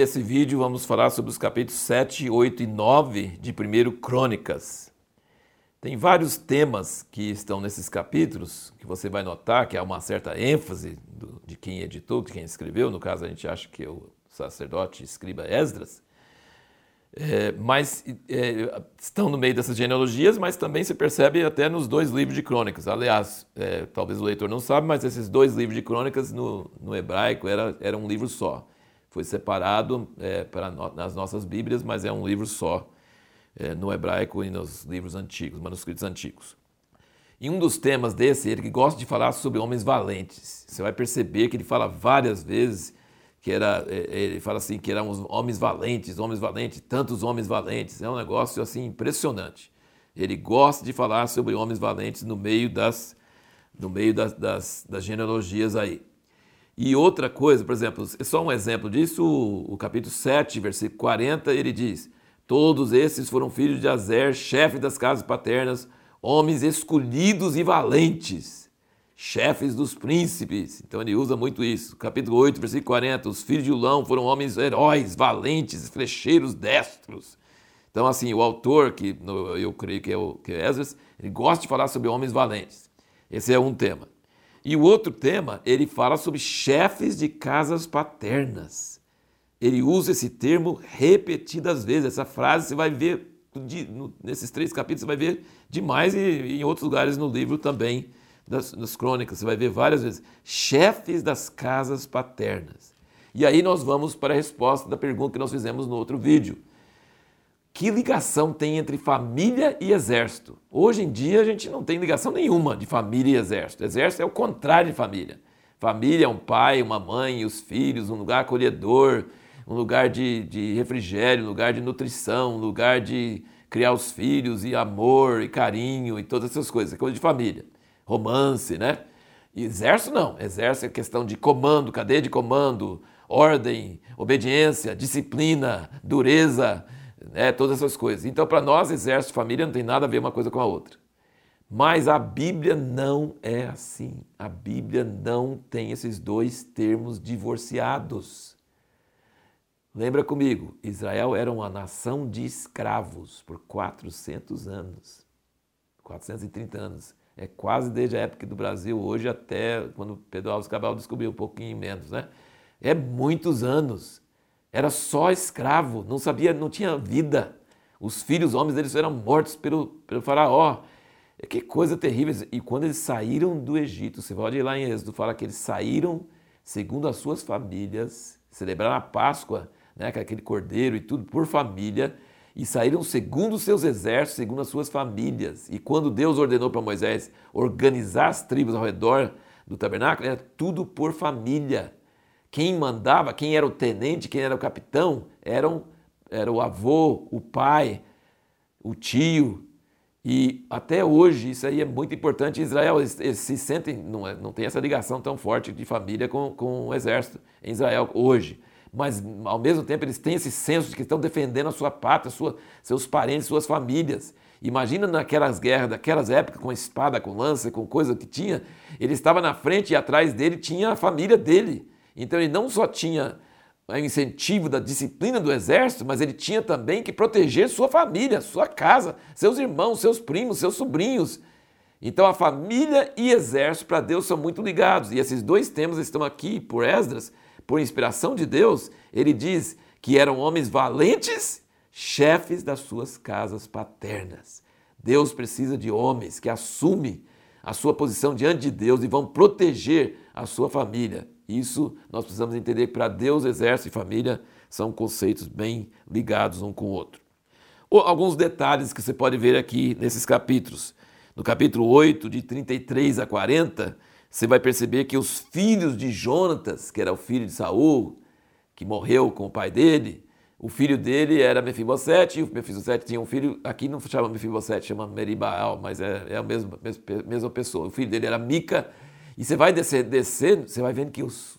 nesse vídeo vamos falar sobre os capítulos 7, 8 e 9 de 1 Crônicas. Tem vários temas que estão nesses capítulos, que você vai notar que há uma certa ênfase de quem editou, de quem escreveu. No caso, a gente acha que é o sacerdote escriba Esdras. Estão no meio dessas genealogias, mas também se percebe até nos dois livros de crônicas. Aliás, talvez o leitor não saiba, mas esses dois livros de crônicas no hebraico era um livro só. Foi separado nas nossas Bíblias, mas é um livro só no hebraico e nos livros antigos, manuscritos antigos. E um dos temas desse, ele gosta de falar sobre homens valentes. Você vai perceber que ele fala várias vezes ele fala assim que eram homens valentes, tantos homens valentes. É um negócio assim impressionante. Ele gosta de falar sobre homens valentes no meio das genealogias aí. E outra coisa, por exemplo, só um exemplo disso, o capítulo 7, versículo 40, ele diz: todos esses foram filhos de Azer, chefe das casas paternas, homens escolhidos e valentes, chefes dos príncipes. Então ele usa muito isso. Capítulo 8, versículo 40, os filhos de Ulão foram homens heróis, valentes, flecheiros destros. Então assim, o autor, que eu creio que é Esdras, ele gosta de falar sobre homens valentes. Esse é um tema. E o outro tema, ele fala sobre chefes de casas paternas. Ele usa esse termo repetidas vezes. Essa frase você vai ver, nesses 3 capítulos, você vai ver demais e em outros lugares no livro também, das crônicas. Você vai ver várias vezes. Chefes das casas paternas. E aí nós vamos para a resposta da pergunta que nós fizemos no outro vídeo. Que ligação tem entre família e exército? Hoje em dia a gente não tem ligação nenhuma de família e exército. Exército é o contrário de família. Família é um pai, uma mãe e os filhos, um lugar acolhedor, um lugar de refrigério, um lugar de nutrição, um lugar de criar os filhos e amor e carinho e todas essas coisas. É coisa de família. Romance, né? E exército não. Exército é questão de comando, cadeia de comando, ordem, obediência, disciplina, dureza, todas essas coisas. Então, para nós, exército e família não tem nada a ver uma coisa com a outra. Mas a Bíblia não é assim. A Bíblia não tem esses dois termos divorciados. Lembra comigo, Israel era uma nação de escravos por 400 anos. 430 anos. É quase desde a época do Brasil, hoje até quando Pedro Álvares Cabral descobriu um pouquinho menos, né? É muitos anos. Era só escravo, não tinha vida. Os filhos homens deles eram mortos pelo faraó. Que coisa terrível. E quando eles saíram do Egito, você pode ir lá em Êxodo, fala que eles saíram segundo as suas famílias, celebraram a Páscoa, né, com aquele cordeiro e tudo, por família, e saíram segundo os seus exércitos, segundo as suas famílias. E quando Deus ordenou para Moisés organizar as tribos ao redor do tabernáculo, era tudo por família. Quem mandava, quem era o tenente, quem era o capitão, era o avô, o pai, o tio. E até hoje, isso aí é muito importante. Em Israel, eles se sentem, não tem essa ligação tão forte de família com o exército em Israel hoje. Mas, ao mesmo tempo, eles têm esse senso de que estão defendendo a sua pátria, seus parentes, suas famílias. Imagina naquelas guerras, daquelas épocas, com espada, com lança, com coisa que tinha, ele estava na frente e atrás dele tinha a família dele. Então ele não só tinha o incentivo da disciplina do exército, mas ele tinha também que proteger sua família, sua casa, seus irmãos, seus primos, seus sobrinhos. Então a família e exército para Deus são muito ligados. E esses dois temas estão aqui por Esdras, por inspiração de Deus. Ele diz que eram homens valentes, chefes das suas casas paternas. Deus precisa de homens que assumem a sua posição diante de Deus e vão proteger a sua família. Isso nós precisamos entender que para Deus, exército e família são conceitos bem ligados um com o outro. Alguns detalhes que você pode ver aqui nesses capítulos. No capítulo 8, de 33 a 40, você vai perceber que os filhos de Jonatas, que era o filho de Saul, que morreu com o pai dele, o filho dele era Mefibosete, e o Mefibosete tinha um filho, aqui não chama Mefibosete, chama Meribaal, mas é a mesma pessoa. O filho dele era Mica. E você vai descendo, você vai vendo que os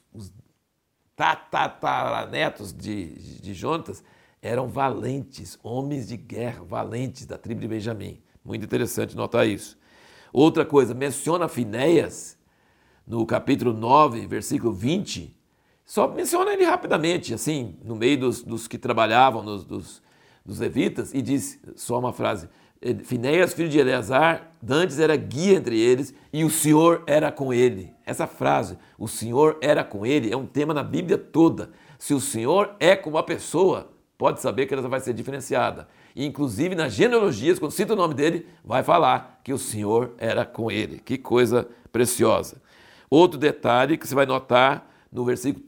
tataranetos de Jonatas eram valentes, homens de guerra, valentes da tribo de Benjamim. Muito interessante notar isso. Outra coisa, menciona Finéias no capítulo 9, versículo 20, Só menciona ele rapidamente, assim, no meio dos que trabalhavam, dos levitas, e diz só uma frase: Finéias, filho de Eleazar, dantes era guia entre eles, e o Senhor era com ele. Essa frase, o Senhor era com ele, é um tema na Bíblia toda. Se o Senhor é com uma pessoa, pode saber que ela vai ser diferenciada. E, inclusive, nas genealogias, quando cita o nome dele, vai falar que o Senhor era com ele. Que coisa preciosa. Outro detalhe que você vai notar no versículo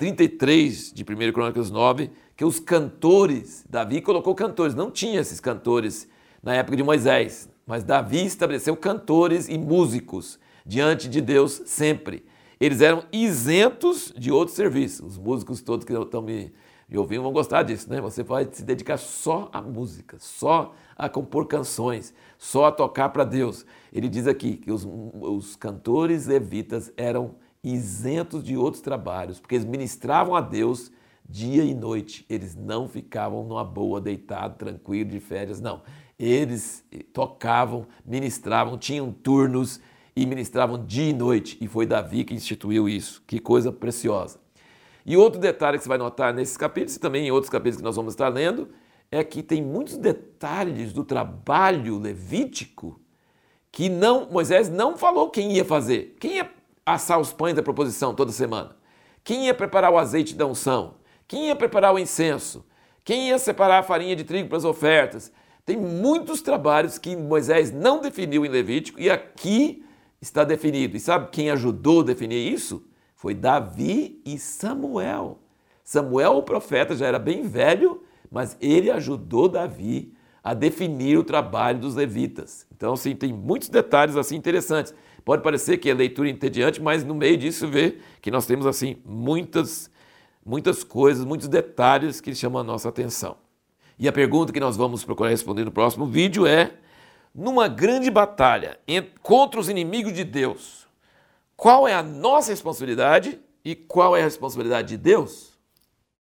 33 de 1 Crônicas 9, que os cantores, Davi colocou cantores, não tinha esses cantores na época de Moisés, mas Davi estabeleceu cantores e músicos diante de Deus sempre. Eles eram isentos de outros serviços. Os músicos todos que estão me ouvindo vão gostar disso, né? Você vai se dedicar só à música, só a compor canções, só a tocar para Deus. Ele diz aqui que os cantores levitas eram isentos de outros trabalhos, porque eles ministravam a Deus dia e noite. Eles não ficavam numa boa, deitado, tranquilo, de férias, não. Eles tocavam, ministravam, tinham turnos e ministravam dia e noite. E foi Davi que instituiu isso. Que coisa preciosa. E outro detalhe que você vai notar nesses capítulos e também em outros capítulos que nós vamos estar lendo, é que tem muitos detalhes do trabalho levítico que Moisés não falou quem ia fazer. Quem ia assar os pães da proposição toda semana? Quem ia preparar o azeite da unção? Quem ia preparar o incenso? Quem ia separar a farinha de trigo para as ofertas? Tem muitos trabalhos que Moisés não definiu em Levítico e aqui está definido. E sabe quem ajudou a definir isso? Foi Davi e Samuel. Samuel, o profeta, já era bem velho, mas ele ajudou Davi a definir o trabalho dos levitas. Então, sim, tem muitos detalhes assim interessantes. Pode parecer que é leitura entediante, mas no meio disso vê que nós temos assim muitas coisas, muitos detalhes que chamam a nossa atenção. E a pergunta que nós vamos procurar responder no próximo vídeo é: numa grande batalha contra os inimigos de Deus, qual é a nossa responsabilidade e qual é a responsabilidade de Deus?